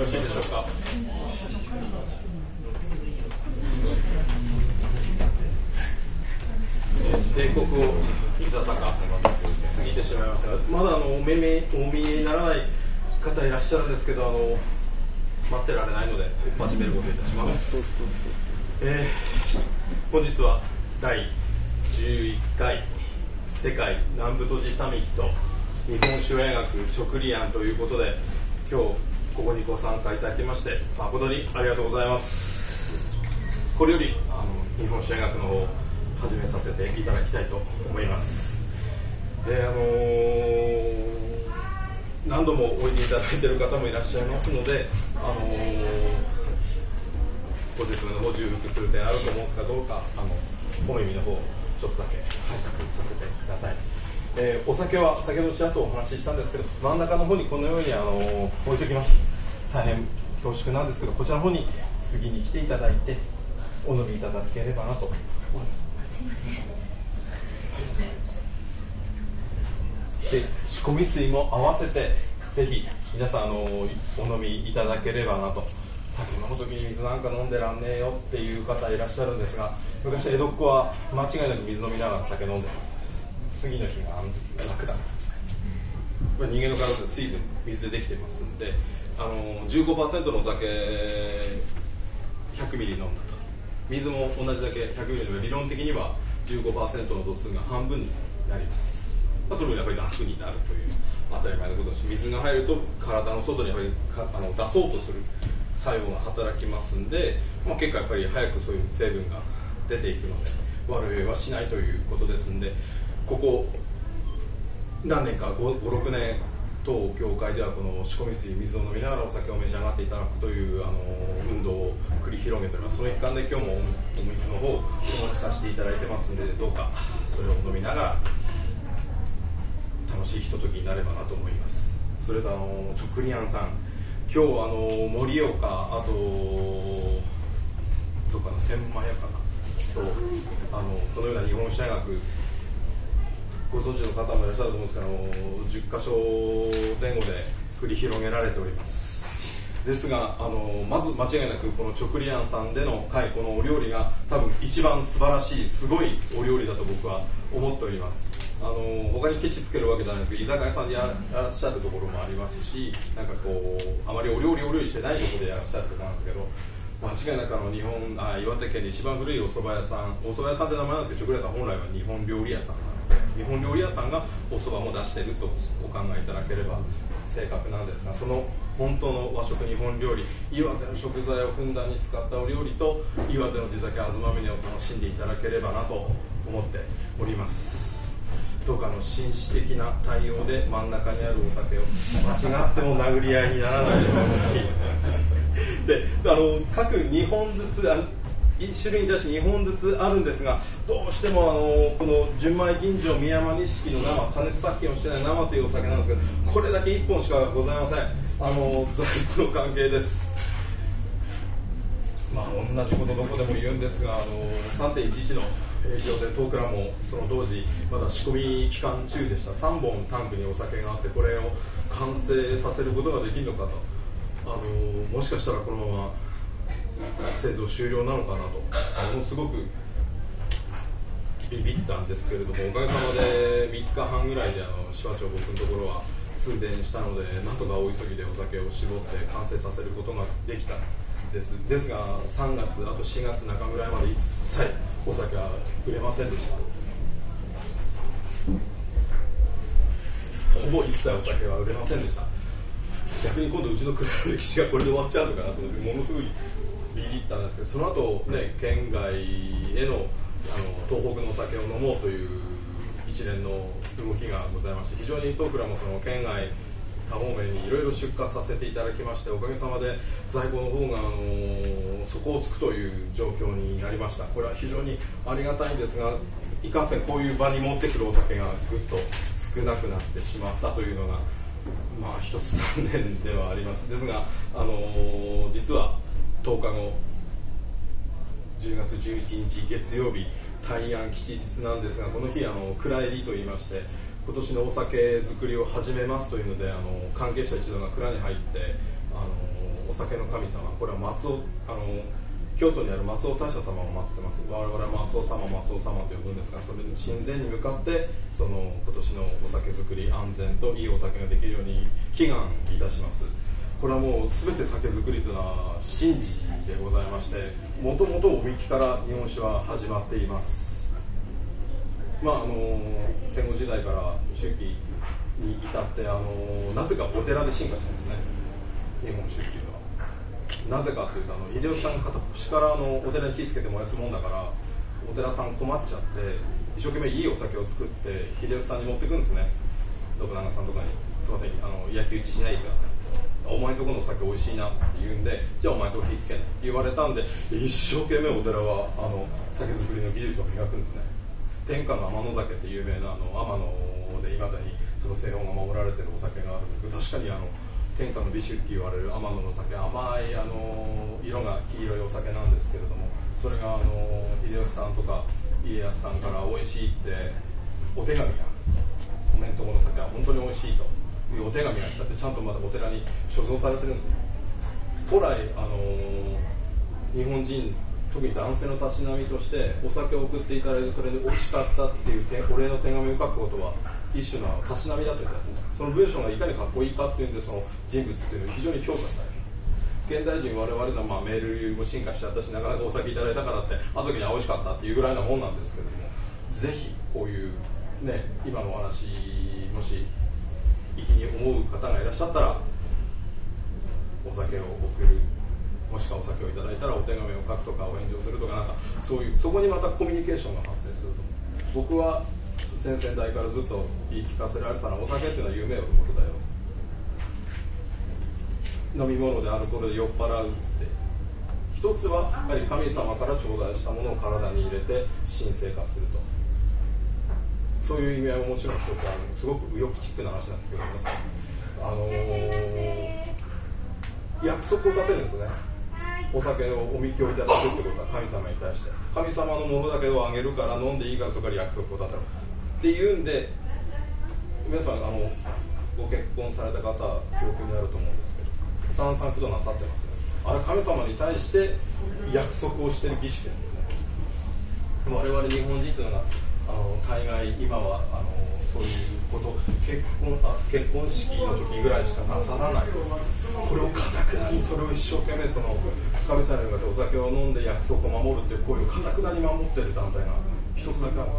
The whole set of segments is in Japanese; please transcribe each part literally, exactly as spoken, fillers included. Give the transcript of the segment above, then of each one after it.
ろしいでしょうか。帝国をいささか過ぎてしまいましたが、まだあのお目見お見えにならない方いらっしゃるんですけど、あの待ってられないので始めることいたします。えー、本日はだいじゅういっかい世界南部都市サミット日本酒映学直理案ということで、今日ここにご参加いただきまして誠にありがとうございます。これよりあの日本酒映学の方を始めさせていただきたいと思います。で、あのー、何度もおいでいただいている方もいらっしゃいますので、あのー、ご説明の方重複する点あると思うんですが、どうかあのお耳の方ちょっとだけ拝借させてください。えー、お酒は先ほどちらっとお話ししたんですけど、真ん中の方にこのようにあのー、置いておきます。大変恐縮なんですけど、こちらの方に次に来ていただいてお飲みいただければなと思います。 すいません。 で、仕込み水も合わせてぜひ皆さんあのお飲みいただければなと。酒飲む時に水なんか飲んでらんねえよっていう方いらっしゃるんですが、昔江戸っ子は間違いなく水飲みながら酒飲んでます。次の日が楽だったんですね。人間の体って水分水でできてますんで、あの じゅうごパーセント のお酒ひゃくミリ飲んだと、水も同じだけひゃくミリの理論的には じゅうごパーセント の度数が半分になります。まあ、それもやっぱり楽になるという当たり前のことですし、水が入ると体の外にやっぱりかあの出そうとする作用が働きますんで、まあ、結果やっぱり早くそういう成分が出ていくので悪酔いはしないということですんで、ここ何年か ごろくねん当業界ではこの仕込み水水を飲みながらお酒を召し上がっていただくというあの運動を繰り広げております。その一環で今日もお水の方をお持ちさせていただいてますんで、どうかそれを飲みながら楽しいひとときになればなと思います。それとあの直理庵さん、今日あの盛岡、あとどうかな千満屋かなとあのこのような日本酒大学ご存知の方もいらっしゃると思うんですけど、じゅっかしょぜん後で繰り広げられております。ですがあのまず間違いなくこの直理庵さんでの会、このお料理が多分一番素晴らしいすごいお料理だと僕は思っております。あの他にケチつけるわけじゃないんですけど、居酒屋さんでやらっしゃるところもありますし、なんかこうあまりお料理お料理してないところでやらっしゃるところなんですけど、間違いなくあの日本あ岩手県で一番古いお蕎麦屋さん、お蕎麦屋さんって名前なんですけど、直理屋さん本来は日本料理屋さんなので、日本料理屋さんがお蕎麦も出しているとお考えいただければ正確なんですが、その本当の和食日本料理、岩手の食材をふんだんに使ったお料理と岩手の地酒あずまみねを楽しんでいただければなと思っております。どうかの紳士的な対応で真ん中にあるお酒を間違っても殴り合いにならないようにで、あの各にほんずつあいち種類に対してにほんずつあるんですが、どうしてもあのこの純米吟醸宮山錦の生、加熱殺菌をしてない生というお酒なんですけど、これだけいっぽんしかございません。あの在庫の関係です。まあ同じことどこでも言うんですが、あの さんてんいちいち の影響で東倉もその当時まだ仕込み期間中でした。さんぼんタンクにお酒があって、これを完成させることができるのかと、あのもしかしたらこのまま製造終了なのかなと、ものすごくビビったんですけれども、おかげさまでみっかはんぐらいであの芝町僕のところは通電したので、なんとか大急ぎでお酒を絞って完成させることができたですですが、さんがつあとしがつなかぐらいまで一切お酒は売れませんでした。ほぼ一切お酒は売れませんでした。逆に今度うちの国の歴史がこれで終わっちゃうのかなと思って、ものすごいビビったんですけど、その後ね、県外へのあの東北のお酒を飲もうという一連の動きがございまして、非常に東倉もその県外多方面にいろいろ出荷させていただきまして、おかげさまで在庫の方があの底をつくという状況になりました。これは非常にありがたいんですが、いかんせんこういう場に持ってくるお酒がぐっと少なくなってしまったというのが、まあ一つ残念ではあります。ですが、あのー、実はとおかごじゅうがつじゅういちにち月曜日、大安吉日なんですが、この日あの蔵入りといいまして、今年のお酒作りを始めますというので、あの関係者一同が蔵に入ってあのお酒の神様、これは松尾あの京都にある松尾大社様を祀ってます。我々は松尾様松尾様と呼ぶんですが、それの神前に向かってその今年のお酒作り安全といいお酒ができるように祈願いたします。これはもう全て酒造りというのは神事でございまして、もともとお神から日本酒は始まっています。まああの戦後時代から中期に至ってあのなぜかお寺で進化してるんですね、日本酒っていうのは。なぜかというと、あの秀吉さん片っ端からあのお寺に火つけて燃やすもんだから、お寺さん困っちゃって一生懸命いいお酒を作って秀吉さんに持っていくんですね。信長さんとかにすいません、あの焼き討ちしないから、お前んとこのお酒美味しいなって言うんで、じゃあお前んとこ火つけないって言われたんで、一生懸命お寺はあの酒造りの技術を磨くんですね。天下の天の酒って有名なあの天野でいまだにその製法が守られているお酒があるんですけど、確かにあの天下の美酒って言われる天野の酒、甘いあの色が黄色いお酒なんですけれども、それがあの秀吉さんとか家康さんから美味しいってお手紙が、おめんとこの酒は本当に美味しいというお手紙が来たって、ちゃんとまだお寺に所蔵されてるんです。古来あの日本人、特に男性のたしなみとしてお酒を送っていただいて、それで美味しかったっていうお礼の手紙を書くことは一種のたしなみだというやつね。その文章がいかにかっこいいかっていうんで、その人物っていうのを非常に評価される。現代人我々のまあメールも進化しちゃったし、なかなかお酒いただいたからってあの時には美味しかったっていうぐらいなもんなんですけれども、ぜひこういうね、今のお話もし意気に思う方がいらっしゃったら、お酒を送る、もしくはお酒をいただいたらお手紙を書くとかお返事をするとか、なんかそういう、そこにまたコミュニケーションが発生すると。僕は先々代からずっと言い聞かせられてたのは、お酒っていうのは夢を売ることだよ、飲み物でアルコールで酔っ払うって、一つはやはり神様から頂戴したものを体に入れて神聖化すると、そういう意味合いももちろん一つある。すごく右翼チックな話になってくるんですが、あのー、約束を立てるんですね。お酒をおみきをいただくということは神様に対して、神様のものだけをあげるから飲んでいいから、そこから約束を立てるっていうんで、皆さんあのご結婚された方記憶にあると思うんですけど、三々九度なさってますね。あれ神様に対して約束をしている儀式なんですね。我々日本人というのはあの大概今はあのそういうことを結婚あ結婚式の時ぐらいしかなさらない。これをかたくなに、それを一生懸命その神様に向かってお酒を飲んで約束を守るっていう行為をかたくなに守っている団体が一つだけあるん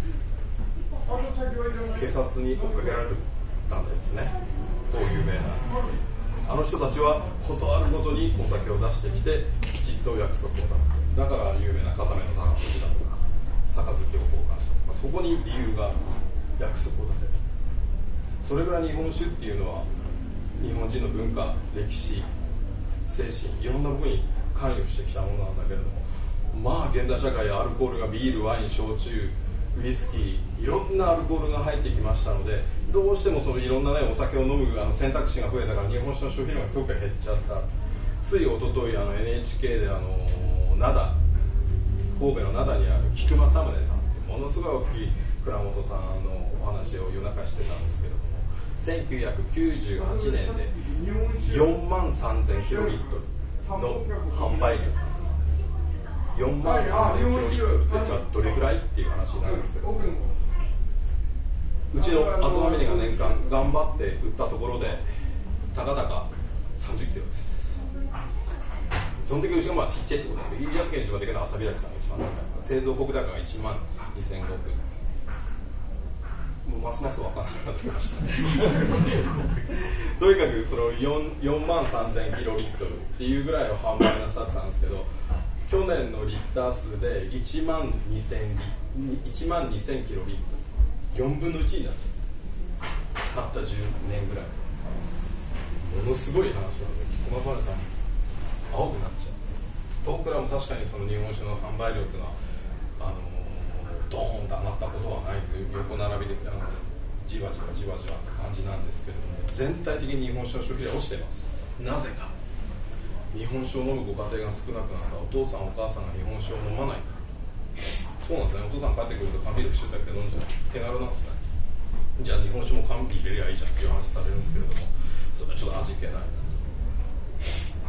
ですね。警察に追っかけられる団体ですね。と有名なあの人たちはことあるごとにお酒を出してきて、きちっと約束を立てる。だから有名な片目の高杉だとか杯を交換した、まあ、そこに理由が約束を立てる。それぐらい日本酒っていうのは日本人の文化、歴史、精神、いろんな部分に関与してきたものなんだけれども、まあ現代社会、アルコールがビール、ワイン、焼酎、ウイスキー、いろんなアルコールが入ってきましたので、どうしてもそのいろんな、ね、お酒を飲むあの選択肢が増えたから、日本酒の消費量がすごく減っちゃった。つい一昨日あの エヌエイチケー であの灘、神戸の灘にある菊間サムネさんっていうものすごい大きい蔵元さんのお話を夜中してたんですけれども、せんきゅうひゃくきゅうじゅうはちねんでよんまんさんぜんキロリットルの販売量なんです。よんまんさんぜんキロリットルってじゃあどれぐらいっていう話になるんですけど、うちの東峰が年間頑張って売ったところでたかだかさんじゅっキロです。その時うちがまあちっちゃいってことで、飯田県一番できるのは朝開きさんが一番高いですが、製造国高がいちまんにせんごおく、もうますます分からなくなってきましたねとにかくその 4, よんまんさんぜんキロリットルっていうぐらいの販売なさってたんですけど、去年のリッター数でいちまんにせんキロリットル、よんぶんのいちになっちゃった。たったじゅうねんぐらい、ものすごい話なので、菊間さん青くなっちゃう。遠くらも確かにその日本酒の販売量っていうのはあのー、ドーンと上がったことはないという、横並びであのじわじわじわじわって感じなんですけれども、全体的に日本酒の消費量は落ちています。なぜか、日本酒を飲むご家庭が少なくなった。お父さんお母さんが日本酒を飲まないから。そうなんですね。お父さん帰ってくると缶ビールシュッとやって飲んじゃう、手軽なんですね。じゃあ日本酒も缶ビール入れりゃいいじゃんっていう話されるんですけれども、それはちょっと味気ないなと。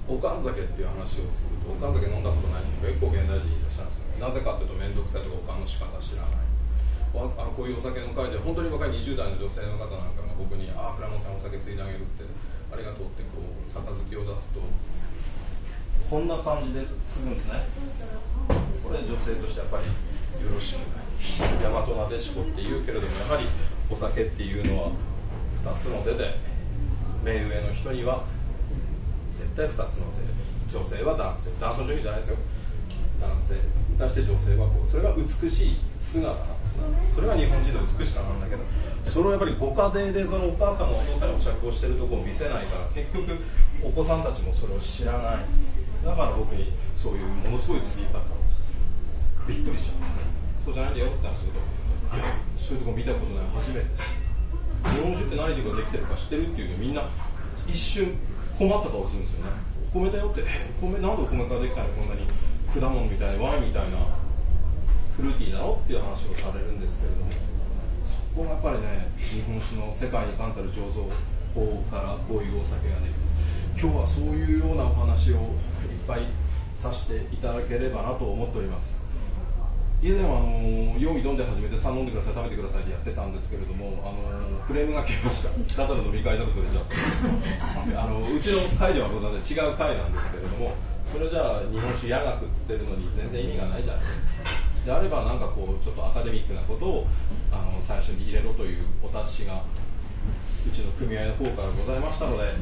おかん酒っていう話をすると、おかん酒飲んだことない人が結構現代人いらっしゃるんですよね。なぜかというと面倒くさいとかおかんの仕方知らない。あこういうお酒の会で本当に若いにじゅう代の女性の方なんかが僕に「ああ倉本さんお酒ついであげるってありがとう」ってこう杯を出すとこんな感じで継ぐんですね。これ女性としてやっぱりよろしくない大和なでしこって言うけれども、やはりお酒っていうのはふたつの手で、目上の人には絶対ふたつの手で、女性は男性、男尊女卑じゃないですよ、男性に対して女性はこう、それが美しい姿なんですね。それが日本人の美しさなんだけど、それをやっぱりご家庭でそのお母さんがお父さんにお酌をしてるところを見せないから、結局お子さんたちもそれを知らない。だから僕にそういうものすごい継ぎ方をしてびっくりしちゃうんですね。そうじゃないんだよって話すると、いやそういうとこ見たことない、初めて日本酒って何でできてるか知ってるっていうと、みんな一瞬困った顔するんですよね。お米だよって、えお米なんでお米からできたの、こんなに果物みたいなワインみたいなフルーティーなのっていう話をされるんですけれども、そこがやっぱりね、日本酒の世界に冠たる醸造法からこういうお酒ができます。今日はそういうようなお話をいっぱいさせていただければなと思っております。以前はあの用意どんで始めてさあ飲んでください食べてくださいってやってたんですけれども、あのクレームが来ました。ただの飲み会だとそれじゃあのうちの会ではございません、違う会なんですけれども、それじゃあ日本酒夜学っつってるのに全然意味がないじゃないですか。であればなんかこうちょっとアカデミックなことをあの最初に入れろというお達しがうちの組合の方からございましたので、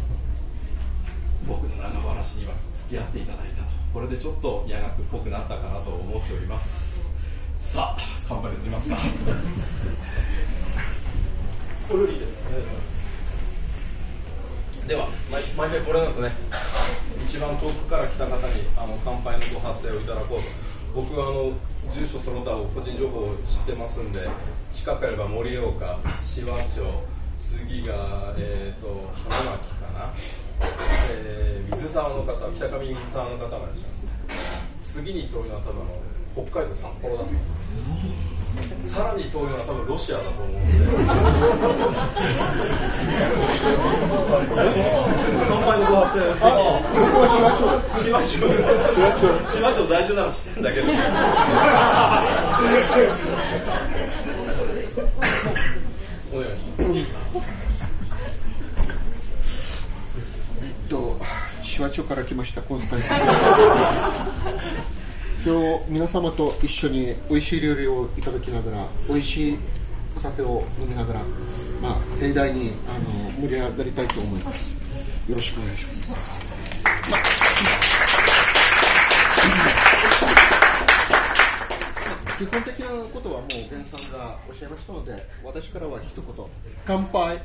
僕の長話には付き合っていただいたと、これでちょっと夜学っぽくなったかなと思っております。さあ乾杯ですみますかこれよりです。お願いします。では毎回これなんですね。一番遠くから来た方にあの乾杯のご発声をいただこうと。僕はあの住所その他を個人情報を知ってますんで、近ければ盛岡、紫波町、次が、えー、と花巻かな、えー、水沢の方、北上水沢の方がいらっしゃいます。次に遠いのは多分北海道札幌だと思います。さらに遠いのは多分ロシアだと思うんで乾杯のご発声を紫波町紫波町在住なら知ってんだけどお願いします。 えっと紫波町から来ましたコンスタンティン今日皆様と一緒に美味しい料理をいただきながら、美味しいお酒を飲みながら、まあ、盛大にあの盛り上がりたいと思います。よろしくお願いします。基本的なことはもう源さんがおっしゃいましたので、私からは一言、乾杯。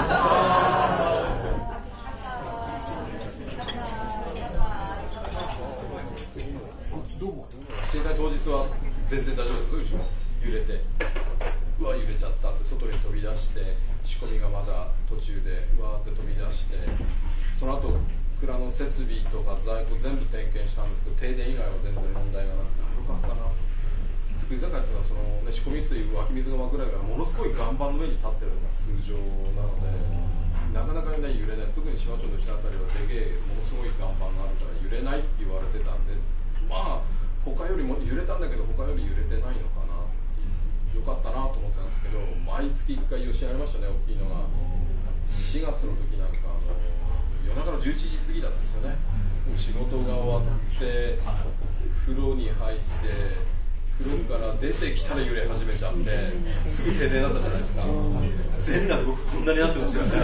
どうも震災当日は全然大丈夫です。うちも揺れて、うわ揺れちゃったって外に飛び出して、仕込みがまだ途中でうわーって飛び出して、その後蔵の設備とか在庫全部点検したんですけど、停電以外は全然問題がなくてよかったな。造り酒屋っていうのはその、ね、仕込み水、湧き水が湧くぐらいがものすごい岩盤の上に立ってるのが通常なので、なかなか、ね、揺れない。特に紫波町の下あたりはでけえものすごい岩盤があるから揺れないって言われてたんで、まあ他よりも揺れたんだけど他より揺れてないのかな、よかったなと思ってたんですけど、毎月いっかい余震ありましたね。大きいのがしがつの時なんかあの夜中のじゅういちじ過ぎだったんですよね。仕事が終わって風呂に入って風呂から出てきたら揺れ始めちゃってすぐ停電だったじゃないですか。全裸で僕こんなになってましたよね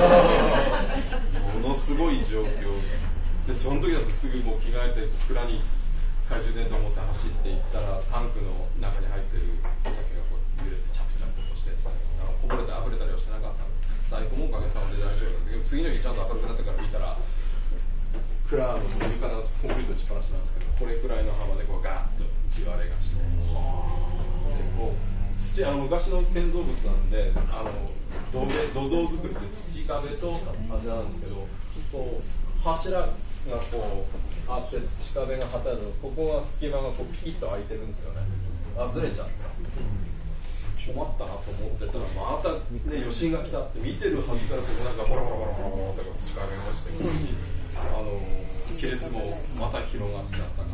ものすごい状況で、その時だってすぐもう着替えて蔵に懐中電灯を持って走っていったら、タンクの中に入ってるお酒がこう揺れてチャプチャプとしてですね、こぼれて溢れたりはしてなかったので、在庫もおかげさまで大丈夫だけど、次の日ちゃんと明るくなってから見たら蔵の床のコンクリート打ちっぱなしなんですけど、これくらいの幅でこうガーッと地割れがして、でこう土あの昔の建造物なんで、あの土土蔵作りで土壁とあれなんですけど、こう柱がこうあって土壁が張ってあるの、ここが隙間がこうピキッと開いてるんですよね。あずれちゃって困ったなと思ってたら、また、ね、余震が来たって見てる端からここなんかボロボロボロボロって土壁が落ちてくるし、あの列もまた広がっちゃったから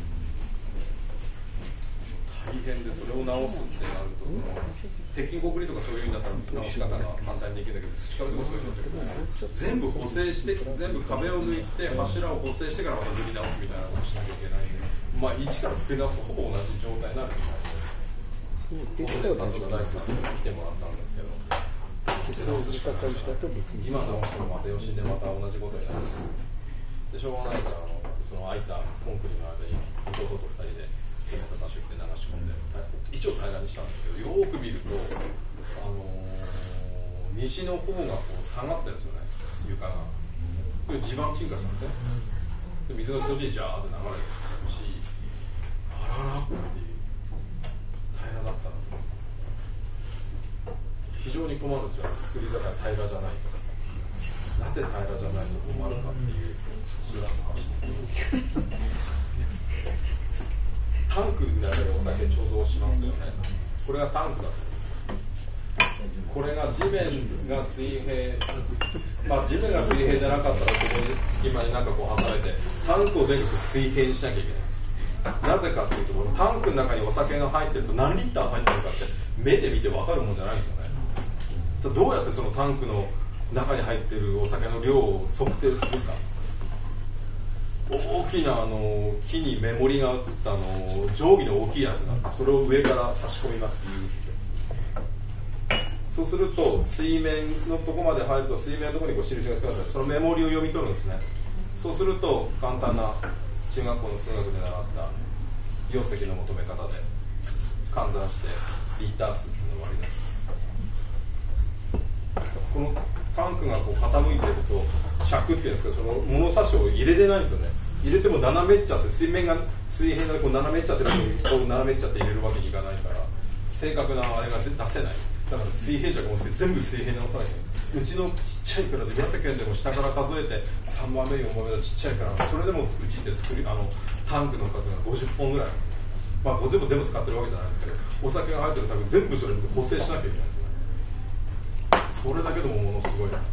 大変で、それを直すってなると、その鉄筋コンクリートとかそういうんだったら直し方が簡単にできるんだけど、土壁とかそういうのって全部補正して、全部壁を抜いて柱を補正してからまた塗り直すみたいなことをしなきゃいけないんで、まあ一から作り直すとほぼ同じ状態になるみたいで、小野さんとか大工さんとか来てもらったんですけど、直すしかないから今直してもまた余震でまた同じことになるんです。でしょうがないから、あのその空いたコンクリの間に弟とふたりでセメント出してきて流し込んで一応平らにしたんですけど、よーく見ると、あのー、西の方がこう下がってるんですよね、床が。これ地盤沈下したんですね。で水がそっちにジャーって流れてるし、あららっていう平らだったので非常に困るんですよ。作り坂平らじゃないと、なぜ平らじゃないと困るかっていう知らせましたタンクになるお酒貯蔵しますよね。これがタンクだと。これが地面が水平、まあ地面が水平じゃなかったらここに隙間になんかこう挟まれてタンクをとにかく水平にしなきゃいけないんです。なぜかというと、このタンクの中にお酒が入ってると何リッター入ってるかって目で見て分かるもんじゃないんですよね。さあどうやってそのタンクの中に入ってるお酒の量を測定するか。大きなあの木に目盛りが映ったあの定規の大きいやつがあって、それを上から差し込みますっていう。そうすると水面のとこまで入ると水面のところにこう印がつくので、そのメモリを読み取るんですね。そうすると簡単な中学校の数学で習った容積の求め方で換算してリッター数っていうのを割り出す。このタンクがこう傾いてると尺っていうんですけど、その物差しを入れれないんですよね。入れても斜めっちゃって、水面が水平でこう斜めっちゃってるのにこう斜めっちゃって入れるわけにいかないから、正確なあれが出せない。だから水平尺を持って全部水平に直さなきゃいけない。うちのちっちゃい蔵で岩手県でも下から数えてさんばんめよんばんめのちっちゃい蔵、それでもうちって作りあのタンクの数がごじゅっぽんぐらいなんですよ。まあごじゅっぽん全部使ってるわけじゃないんですけど、お酒が入ってるタンク全部それに補正しなきゃいけないんですよね。それだけでもものすごい話。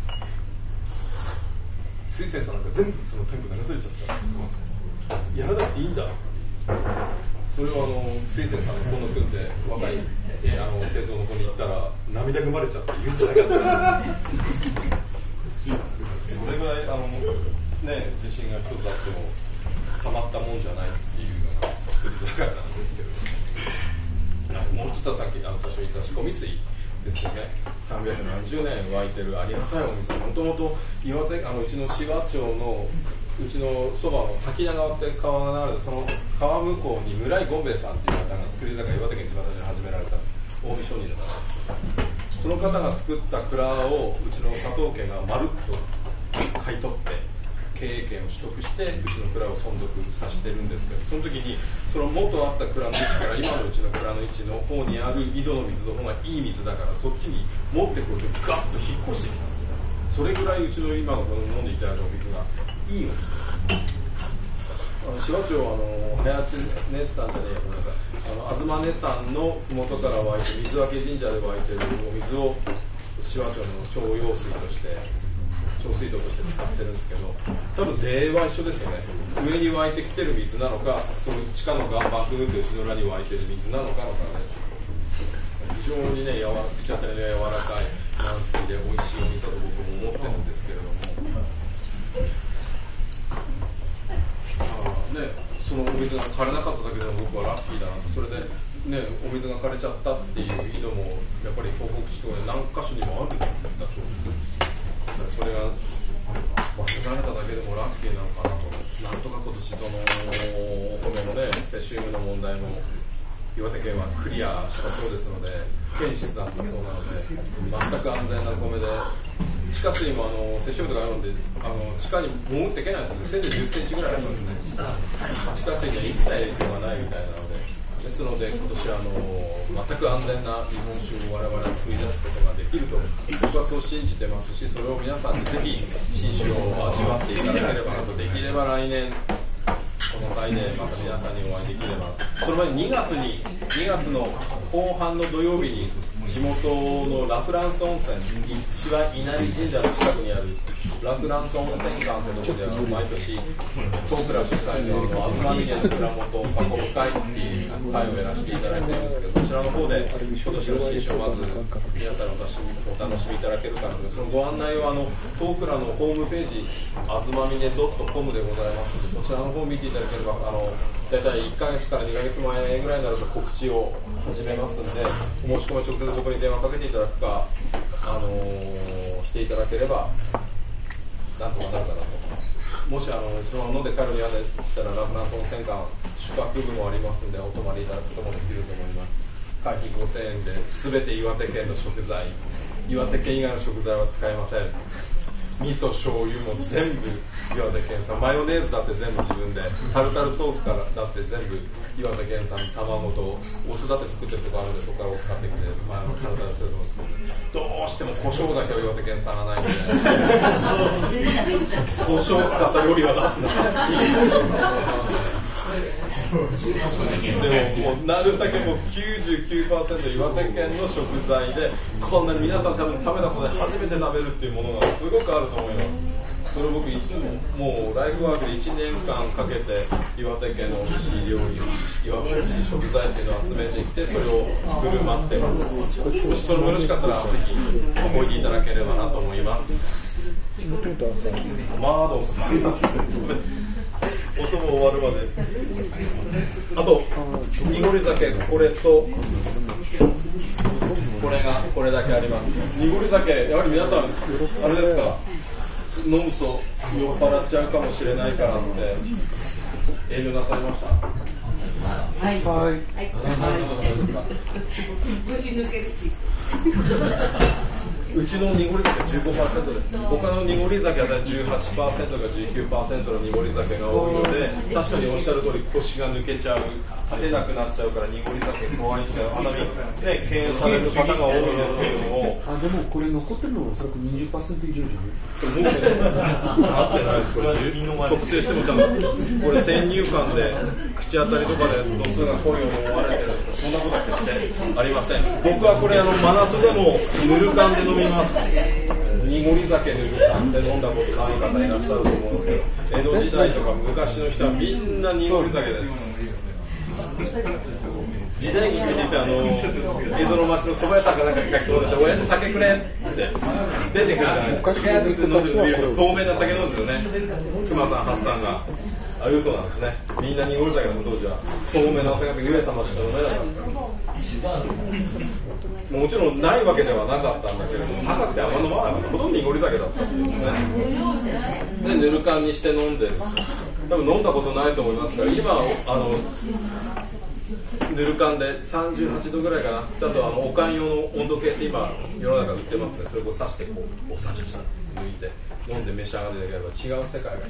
水仙さんなんか全部そのタンク流されちゃったらやらなくていいんだ。それをあの水仙さんの今野君って若い、えー、あの製造の子に言ったら涙ぐまれちゃって言うんじゃないかってそれぐらいあの、ね、自信が一つあってもたまったもんじゃないっていうのが作りづらかったんですけど、もう一つはさっきあの最初言った仕込み水ですよね。さんびゃくなんじゅうねん湧いてるありがたいお水、もともと岩手あのうちの紫波町のうちのそばの滝名川って川が流れて、その川向こうに村井権兵衛さんっていう方が作り酒岩手県木場で始められた近江商人だったんですけど、その方が作った蔵をうちの佐藤家がまるっと買い取って経営権を取得してうちの蔵を存続させてるんですけど、その時にその元あった蔵の位置から今のうちの蔵の位置の方にある井戸の水の方がいい水だから、そっちに持ってくるとガッと引っ越してきたんですよ。それぐらいうちの今のこの飲んでいただいたお水がいいお水。紫波町あの早知根さんじゃねえやごめんなさいあの東根さんの麓から湧いて水分神社で湧いてるお水を紫波町の町用水として調水道として使ってるんですけど、多分例は一緒ですよね。上に湧いてきてる水なのか、その地下の岩盤くぐってうちの裏に湧いてる水なのかのかね、非常にね柔ら口当たりの柔らかい軟水で美味しいお水だと僕も思ってるんですけれども、あね、そのお水が枯れなかっただけでも僕はラッキーだなと。それでね、お水が枯れちゃったっていう井戸もやっぱり東北地方で何か所にもあるんだそうです。それが分けられただけでもラッキーなのかなと。なんとか今年そのお米のねセシウムの問題も岩手県はクリアしたそうですので、検出だったそうなので全く安全な米で、地下水もあのセシウムとかあるのであの地下に潜っていけないんですよね。せんじゅっセンチぐらいありますね。地下水には一切影響がないみたいなので、ですので今年あの全く安全な日本酒を我々は作り出すことができると僕はそう信じてますし、それを皆さんにぜひ新酒を味わっていただければなと。できれば来年この回でまた皆さんにお会いできれば。その前ににがつににがつの後半の土曜日に地元のラフランス温泉一番稲荷神社の近くにある洛南村温泉館というところでは毎年東倉主催のあずまみねの蔵元を囲む会っていう会をやらせていただいているんですけど、こちらの方で今年の新酒をまず皆さんにお楽しみいただけるかなので、そのご案内はあの東倉のホームページあずまみね ドットコム でございますので、こちらの方を見ていただければあの大体いっかげつからにかげつまえぐらいになると告知を始めますので、申し込み直接僕に電話かけていただくか、あのー、していただければなんとかなるかなと。もしあのその飲んで帰るの嫌でしたら洛南村温泉館宿泊部もありますのでお泊まりいただくこともできると思います。会費ごせんえんで全て岩手県の食材、岩手県以外の食材は使いません。味噌醤油も全部岩手県産、マヨネーズだって全部自分で、タルタルソースからだって全部岩手県産、卵とお酢だって作ってるとこあるんで、そこからお酢買ってきて前のタルタルソースを作る。どうしても胡椒だけは岩手県産がないんで胡椒を使った料理は出すなでももうなるだけもう きゅうじゅうきゅうパーセント 岩手県の食材で、こんなに皆さん多分食べたことで初めて食べるっていうものがすごくあると思います。それを僕いつももうライフワークでいちねんかんかけて岩手県の美味しい料理、岩手美味しい食材っていうのを集めてきて、それを振る舞ってます。もしそれもよろしかったらぜひおいでいただければなと思います。まあどうぞあります音も終わるまで。あと濁り酒、これとこれがこれだけあります。濁り酒、やはり皆さんあれですか、飲むと酔っ払っちゃうかもしれないからって遠慮なさいました？ はいはい。腰抜けるし。 うちの濁り酒 じゅうごパーセント です。他の濁り酒はじゅうはちパーセントか じゅうきゅうパーセント の濁り酒が多いので、確かにおっしゃる通り腰が抜けちゃう、出なくなっちゃうから濁り酒怖いって花見ね敬遠される方が多いんですけれども、 あでもこれ残ってるのはおそらく にじゅっパーセント 以上じゃないですか。なってないです。これ測定してもちゃんとこれ先入観で口当たりとかで度数が濃いように思われてる、そんなことは決してありません。僕はこれあの真夏でもぬる燗で飲みます。濁り酒ぬる燗で飲んだことない方いらっしゃると思うんですけど、江戸時代とか昔の人はみんな濁り酒です。時代劇見ててあの江戸の町の蕎麦屋さんかなんかに書き込んでて、親父酒くれって出てくるじゃないですか。部屋で飲んでる透明な酒飲んでるね、妻さん八さんがあ嘘なんですね。みんな濁り酒の当時は透明なお酒で上様しか飲めなかった。もちろんないわけではなかったんだけれども、高くてあんま飲まなかった、ほとんど濁り酒だったんですね。でぬる燗にして飲んでる、多分飲んだことないと思いますから、今あのぬる燗でさんじゅうはちどぐらいかな、ちゃんとあのお燗用の温度計って今世の中売ってますね。それを刺してこうおさじ抜いて飲んで召し上がっていただければ違う世界が広がる。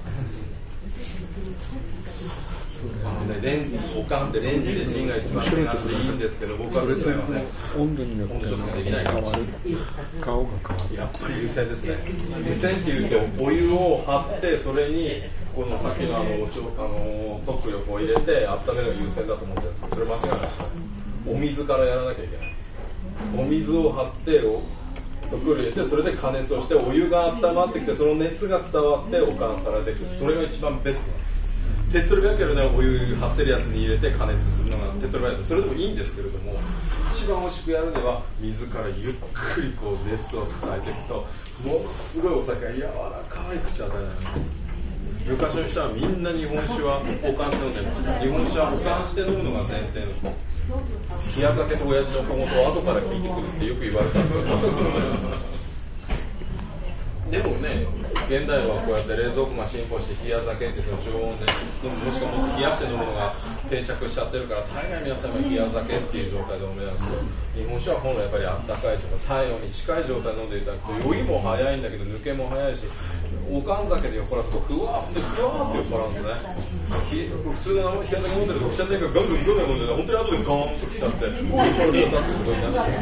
あのね、レンおかんってレンジでチンが一番手軽でいいんですけど、僕は別に温度によって温度調節ができないから顔が変わる。 やっぱり湯煎ですね。湯煎っていうとお湯を張って、それにこのさっきのあのちょあのトップ力を入れて温めるのが湯煎だと思ってるんですけど、それ間違いないですね。お水からやらなきゃいけないです。お水を張っておトップ力入れて、それで加熱をしてお湯が温まってきて、その熱が伝わっておかんされていく、それが一番ベストなんです。手っ取り早ければね、お湯張ってるやつに入れて加熱するのが手っ取り早い、それでもいいんですけれども、一番美味しくやるには水からゆっくりこう熱を伝えていくと、ものすごいお酒が柔らかい口当たりになります。昔の人はみんな日本酒は保管して飲んでます。日本酒は保管して飲むのが前提の冷や酒と親父の小言を後から聞いてくるってよく言われたんですけど、全くその通りですね。でもね、現代はこうやって冷蔵庫が進歩して冷や酒っていうのを常温で飲む、もしくは冷やして飲むのが定着しちゃってるから、大概皆さんは冷や酒っていう状態で飲めないんですけど、日本酒は本来やっぱりあったかいとか体温に近い状態で飲んでいただくと酔いも早いんだけど抜けも早いし、おかん酒で酔っ払うとふわーってふわーって酔っ払うんですね。普通の冷や酒飲んでるとおっしゃってるからガンガンガンガン飲んでたら本当に後でガーンときちゃって酔っ払っちゃったってことになっちゃ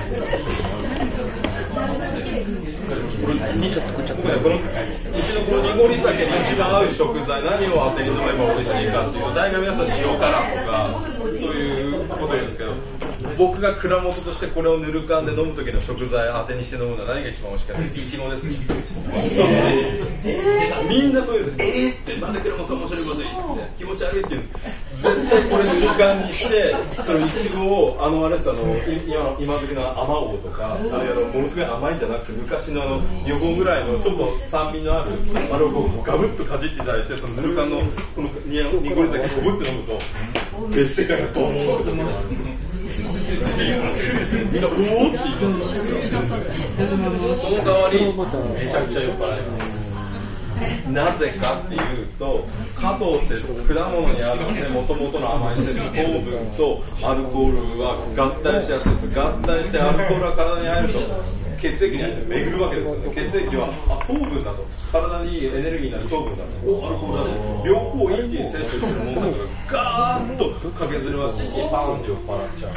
う。これにこのうちのこの濁り酒に一番合う食材、何を当てに飲めば美味しいかっていうと、大概皆さん塩辛とかそういうこと言うんですけど、 僕が蔵元としてこれをぬるかんで飲む時の食材当てにして飲むのは何が一番美味しかった？いちごですね。みんなそうです。えーってなんで蔵元さん面白いこと言って気持ち悪いって言う。絶対これぬるかんにしてそのいちごをあのあれですあの今今時のアマオとかあれあのものすごい甘いんじゃなくて昔のあのよごぐらいのちょっと酸味のあるあれをこうガブッとかじっていただいてそのぬるかんのこの濁り酒をグッて飲むと別世界がドーンと出てくる。みんなうおーって言いますよ。その代わりめちゃくちゃ酔っ払います。なぜかっていうと果糖って果物にあるのでもともとの甘い成分糖分とアルコールは合体しやすいです。合体してアルコールが体に入ると血液に入って巡るわけですよね。血液はあ糖分だと体にいいエネルギーになる糖分だとアルコールだと両方一気に摂取するものだからガーッと駆けずるわけにパーンって酔っ払っちゃう。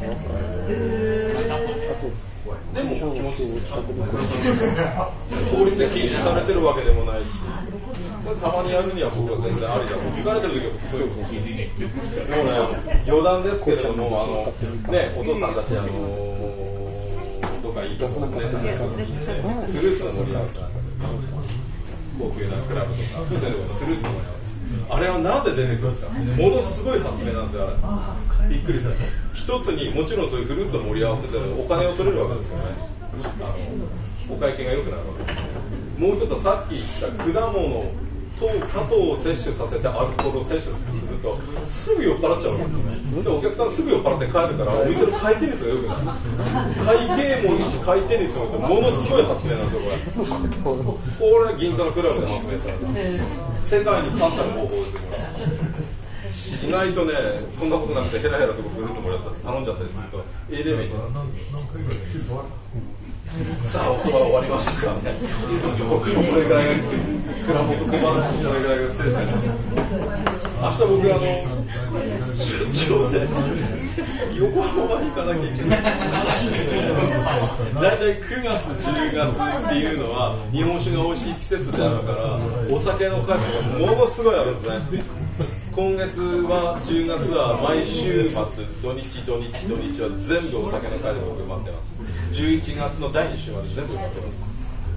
でも気持ちいい法律で禁止されてるわけでもないし、たまにやるには僕は全然ありだと。疲れてる時はそういうこともうね余談ですけれどもあのねお父さんたちあのどっかいいところねフルーツの盛り合わせなんか高級なクラブとかそういうのフルーツの盛り合わせあれはなぜ出てくるんですか。ものすごい発明なんですよ。あれびっくりした。一つにもちろんそういうフルーツの盛り合わせでお金を取れるわけですよね。あのお会計が良くなるわけです。もう一つはさっき言った果物と果糖を摂取させてアルコールを摂取するとすぐ酔っ払っちゃうわけですよね。でお客さんすぐ酔っ払って帰るからお店の回転率が良くなるんです。会計もいいし回転率もいいとものすごい発明なんですよこれ。これ銀座のクラブで発明された世界に勝った方法ですよ。意外とねそんなことなくてヘラヘラとフルーツ盛り合わせ頼んじゃったりするとええレベルなんですよ。さあおそば終わりましたからね。僕もこれぐらいが蔵元小話これぐらいがせいぜい。明日僕あの出張で横浜に行かなきゃいけない。だいたいくがつじゅうがつっていうのは日本酒が美味しい季節であるからお酒の数がものすごいあるんですね。今月はじゅうがつは毎週末土日土日土日は全部お酒の会で僕待ってます。じゅういちがつのだいに週まで全部待ってます。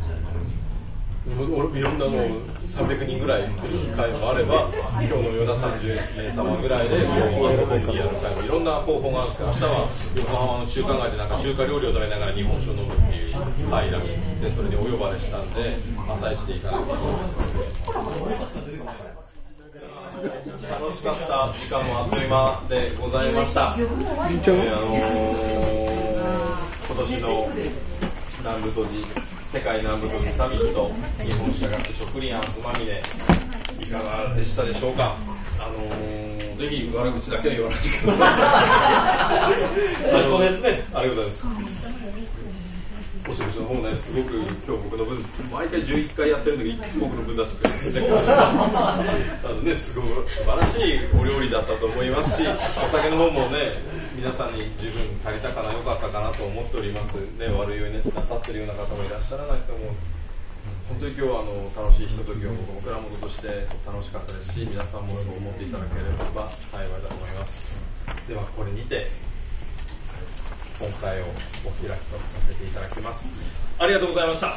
いろんなもうさんびゃくにんぐらい来る会もあれば今日のようなさんじゅうめいさまぐらいでもうやる会もいろんな方法があるんですけど、明日は横浜の中華街でなんか中華料理を食べながら日本酒を飲むっていう会らしいで、それにお呼ばれしたんで朝一で行かなきゃいけない。楽しかった時間もあっという間でございました。えーあのー、今年の南部都市世界南部都市サミット日本酒学食林つまみでいかがでしたでしょうか。あのー、ぜひ悪口だけは言わないでください。最高ですね。ありがとうございます。お仕事の方ね、すごく今日僕の分毎回じゅういっかいやってるのに僕の分出してくれてあのね、すごく素晴らしいお料理だったと思いますし、お酒の方もね皆さんに十分足りたかな、良かったかなと思っておりますね。悪いようになさってるような方もいらっしゃらないと思う。本当に今日はあの楽しいひとときを僕も蔵元として楽しかったですし、皆さんもそう思っていただければ幸いだと思います。ではこれにて今回をお開きとさせていただきます。ありがとうございました。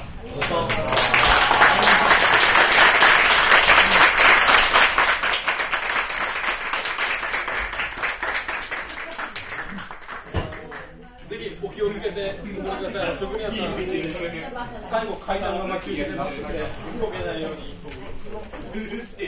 ぜひお気をつけてご覧ください。職人さん最後階段のまま休憩でますので動けないように。